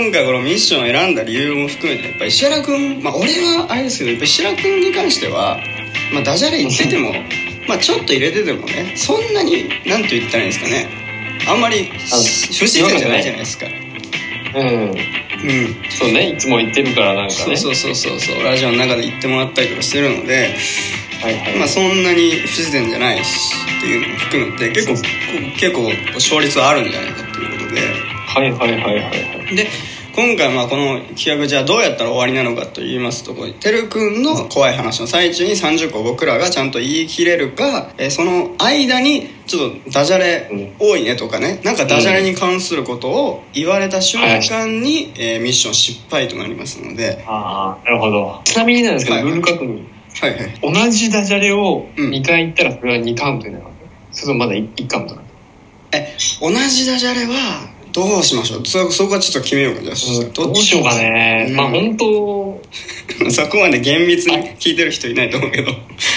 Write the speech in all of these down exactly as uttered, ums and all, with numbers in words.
今回このミッションを選んだ理由も含めてやっぱ石原くん、まあ俺はあれですけどやっぱ石原くんに関しては、まあ、ダジャレ言っててもまあちょっと入れててもねそんなになんて言ったらいいんですかね、あんまり不自然じゃないじゃないですか。うんうんそうね、いつも言ってるからなんかね、 そうそうそうそうラジオの中で言ってもらったりとかしてるので、 はいはい、 まあそんなに不自然じゃないしっていうのも含めて結構結構勝率はあるんじゃないかっていうことで、 はいはいはいはいはい。 で今回まあこの企画じゃあどうやったら終わりなのかと言いますと、てるくんの怖い話の最中にさんじゅっこ僕らがちゃんと言い切れるか、えー、その間にちょっとダジャレ多いねとかね、なんかダジャレに関することを言われた瞬間に、うんえー、ミッション失敗となりますので。 ああなるほど。ちなみになんですけど、はい、ルール確認、はいはい、同じダジャレをにかい言ったらそれはにカウントになるのか、うん、それともまだ いち, カウントなの。 え同じダジャレはどうしましょう。 そ, そこはちょっと決めようか。じゃあ、うん、 どうしようかね、うん、まあ本当そこまで厳密に聞いてる人いないと思うけどち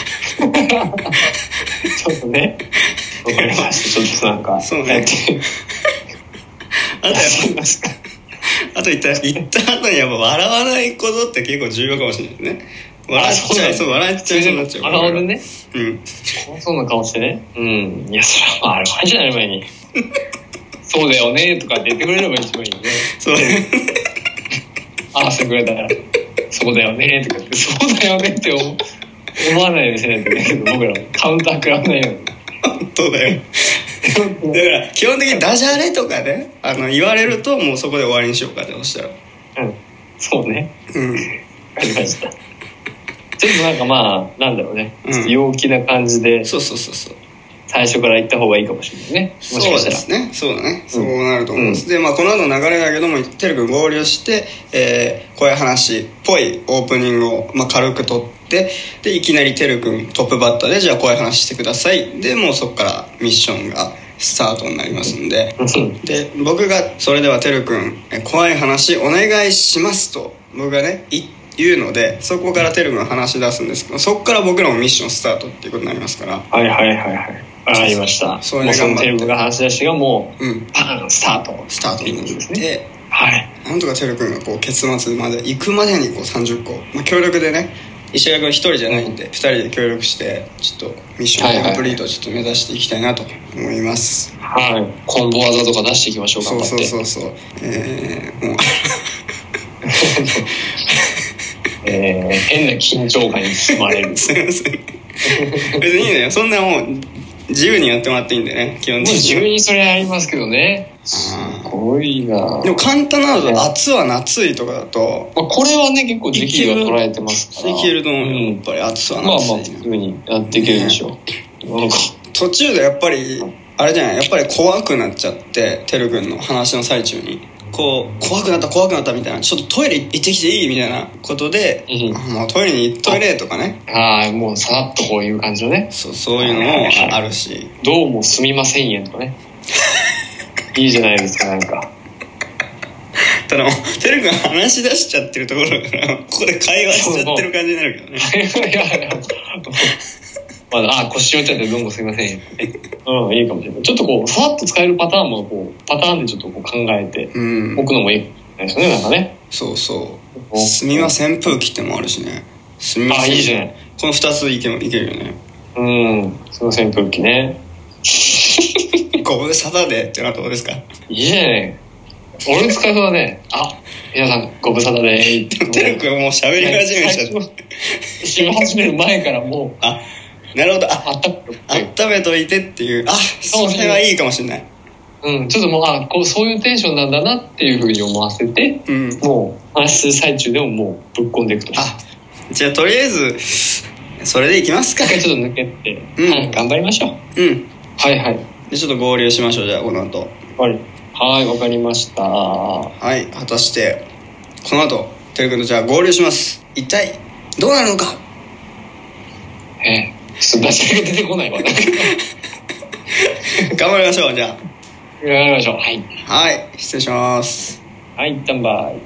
ょっとねわかりました。ちょっとなんかそうねあとやっぱあと言った言った後にやっぱ笑わないことって結構重要かもしれないね。笑っちゃいそう、笑っちゃいそうになっちゃう。 笑うね。 うん。 怖そうな顔してね。うん。いやそれはまああれ前じゃない前にそうだよねとかって言ってくれれば一番いいね。 そうああしてくれたらそうだよねとかってそうだよねって思思わないようにしないといけないけど僕らもカウンター食らわないように。 本当だよだから基本的にダジャレとかねあの言われるともうそこで終わりにしようかってそしたらうんそうねうんわかりましたちょっとなんかまあなんだろうね、うん、陽気な感じでそうそうそうそう最初から言った方がいいかもしれないね。もしかしたらそうですねそうだね、うん、そうなると思います、うん、でまあこの後の流れだけどもてるくん合流して、えー、こういう話っぽいオープニングを、まあ、軽く撮ってでいきなりてるくんトップバッターでじゃあこういう話してくださいでもうそこからミッションがスタートになりますんで、うん、で僕がそれではてるくん怖い話お願いしますと僕がね言うのでそこからてるくんが話し出すんですけどそこから僕らもミッションスタートっていうことになりますからはいはいはいはいわかりました。 そういうの頑張ってテレビが話し出しがもう、うん、パーンスタートスタートになって、ね、 はい、 なんとかてるくんがこう結末まで行くまでにこうさんじゅっこ、まあ、協力でね石原くん一人じゃないんで、うん、ふたりで協力してちょっとミッションコンプリートをちょっと目指していきたいなと思います。 はい、コンボ技とか出していきましょう。頑張って。 そうそうそうそう、えー、もうえー、変な緊張感に包まれるすいません別にいいのよそんなもう自由にやってもらっていいんでね基本的に自由にそれありますけどねすごいな。 でも簡単なのだと暑は夏いとかだと、 まあ、これはね結構時期が捉えてますからいけると思うよ、うん、やっぱり暑は夏いまあまあ普通にやっていけるでしょう、ね、 途中でやっぱりあれじゃないやっぱり怖くなっちゃっててるくんの話の最中にこう怖くなった怖くなったみたいなちょっとトイレ行ってきていいみたいなことで、うん、もうトイレに行っトイレとかねああもうさらっとこういう感じのねそうそういうのもあるしどうもすみませんやんとかねいいじゃないですかなんかただもうてるくん話し出しちゃってるところだからここで会話しちゃってる感じになるけどねいやいやまあ、あ腰折っちゃってどうもすいませんうんいいかもしれないちょっとこうさらっと使えるパターンもこうパターンでちょっとこう考えておくのもいいですねなんかねそうそうすみません扇風機ってもあるしねすみませんあいいじゃないこのふたついけ、いけるよねうんすみません扇風機ねご無沙汰でってのはどうですかいいじゃない俺の使い方はねあ皆さんご無沙汰でーっててるくんもう喋り始めちゃったし始める前からもうあなるほどあ温めといてっていうあそれはいいかもしれないうんちょっともうあこうそういうテンションなんだなっていうふうに思わせて、うん、もう話する最中でももうぶっ込んでいくとあじゃあとりあえずそれでいきますかちょっと抜けて、うんはい、頑張りましょううんはいはいでちょっと合流しましょうじゃあこの後はいはいわかりましたはい果たしてこの後てるくんとじゃあ合流します一体どうなるのかえちょっと出しが出てこないわ頑張りましょうじゃあ頑張りましょうはいはい失礼しますはい一旦バイ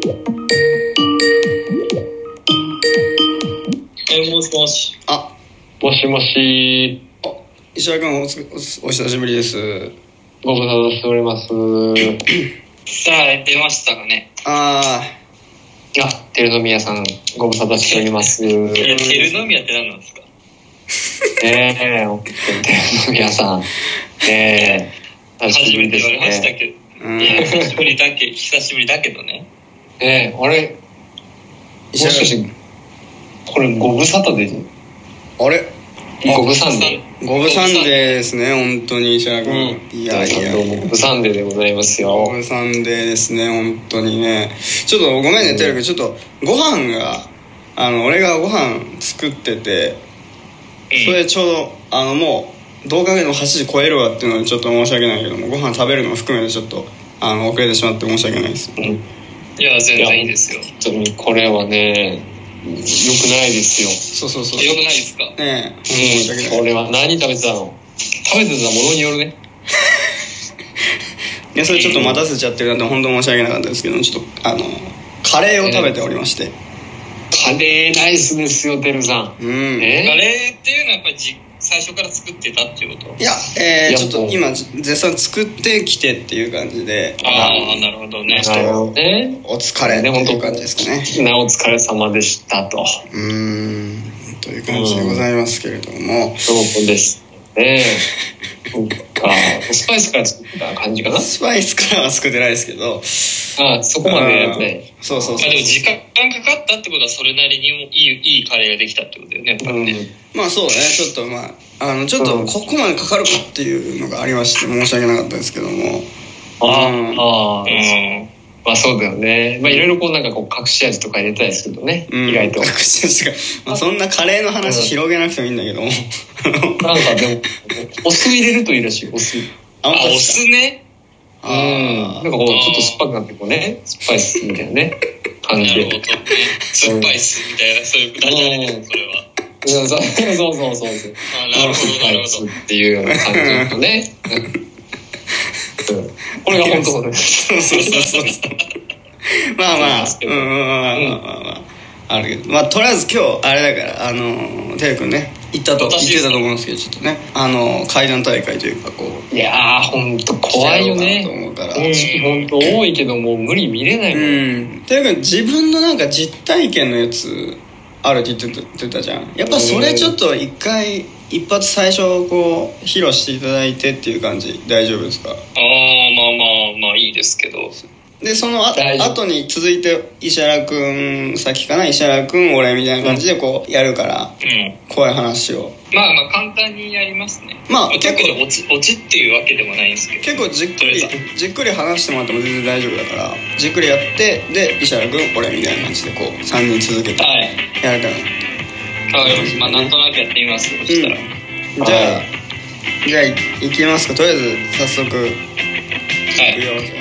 はいもしもしあもしもし。 あ、石原君 お, お, お久しぶりです。 ご無沙汰しております。 さあ出ましたかね。 ああ、照宮さんご無沙汰しております。いや、 照宮って何なんですか。 ええー、照宮さん。ええー、 初めて言われましたけど。 うん、 いや久しぶりだけ久しぶりだけどね。 ええー、あれ。もしかしてこれご無沙汰で。 あれ。 ご無サンデー。ご無サンデーですね、本当に石原君。うん、いやいや。 どうもご無サンデーでございますよ。 ご無サンデーですね、本当にね。ちょっとごめんね、テル君、ちょっとご飯が、あの、俺がご飯作ってて、それちょうど、あの、もう、どう考えてもはちじ超えるわっていうのでちょっと申し訳ないけども、ご飯食べるのも含めてちょっと、あの、遅れてしまって申し訳ないです。 うん、いや、全然いいですよ。 本当にこれはね、よくないですよ。 そうそうそう。 よくないですか。 ねえ、 申し訳ない。これは何食べてたの？食べてたものによるね。 いや、それちょっと待たせちゃってるなんて本当申し訳なかったですけど、ちょっとあのカレーを食べておりまして。えー、カレーナイスですよ、てるさん。 うん。 えー、カレーっていうのはやっぱりじ最初から作ってたっていうこと？ いや、えー、ちょっと今絶賛作ってきてっていう感じで。 ああ、なるほどね。 なるほどね。 お疲れっていう感じですかね。 ね、お疲れ様でしたと。 うーん、という感じでございますけれども。 そうですね。そっか。スパイスから作った感じかな。 スパイスからは作ってないですけど。 ああ、そこまでやってない。 そうそうそう。 でも時間かかったってことはそれなりにもいいいいカレーができたってことだよね、やっぱりね。 うん、まあそうね、ちょっとまああのちょっとここまでかかるかっていうのがありまして申し訳なかったですけども。 あ、 うん、 ああ、うん、まあそうだよね。まあいろいろこうなんかこう隠し味とか入れたりするとね、うん、意外と。 隠し味とか、まあそんなカレーの話広げなくてもいいんだけども。 なんかでもお酢入れるといいらしい。お酢。 あ、お酢ね。 うん、なんかこうちょっと酸っぱくなってこうね、スパイスみたいなね感じで。 なるほどね。スパイスみたいな、そういうくだりあるね、それは。 そうそうそうそうそう。 あ、なるほどなるほど。 っていうような感じのね。これが本当です。 そうそうそうそう。まあまあ、うんうんまあまあまあまああるけど、まあとりあえず今日あれだからあのテル君ね行ったと言ってたと思うんですけど、ちょっとねあの階段大会というかこう。 いやー本当怖いよね。 と思うから。 本当多いけどもう無理見れないもん。 うん。テル君自分のなんか実体験のやつあるって言ってた、言ってたじゃん。やっぱそれちょっと一回一発最初こう披露していただいてっていう感じ大丈夫ですか？ああ、 まあまあまあいいですけど。 でそのあ後に続いて石原くん先かな、石原くん俺みたいな感じでこうやるから、うん、こういう話をまあまあ簡単にやりますね。 まあ結構落ち落ちっていうわけでもないんですけど、 結構じっくりじっくり話してもらっても全然大丈夫だからじっくりやってで石原くん俺みたいな感じでこうさんにん続けてやれたら、はい、 わかりました。まあなんとなくやってみます。そしたら、うん、 じゃあ、はい、じゃあいきますか。とりあえず早速はい。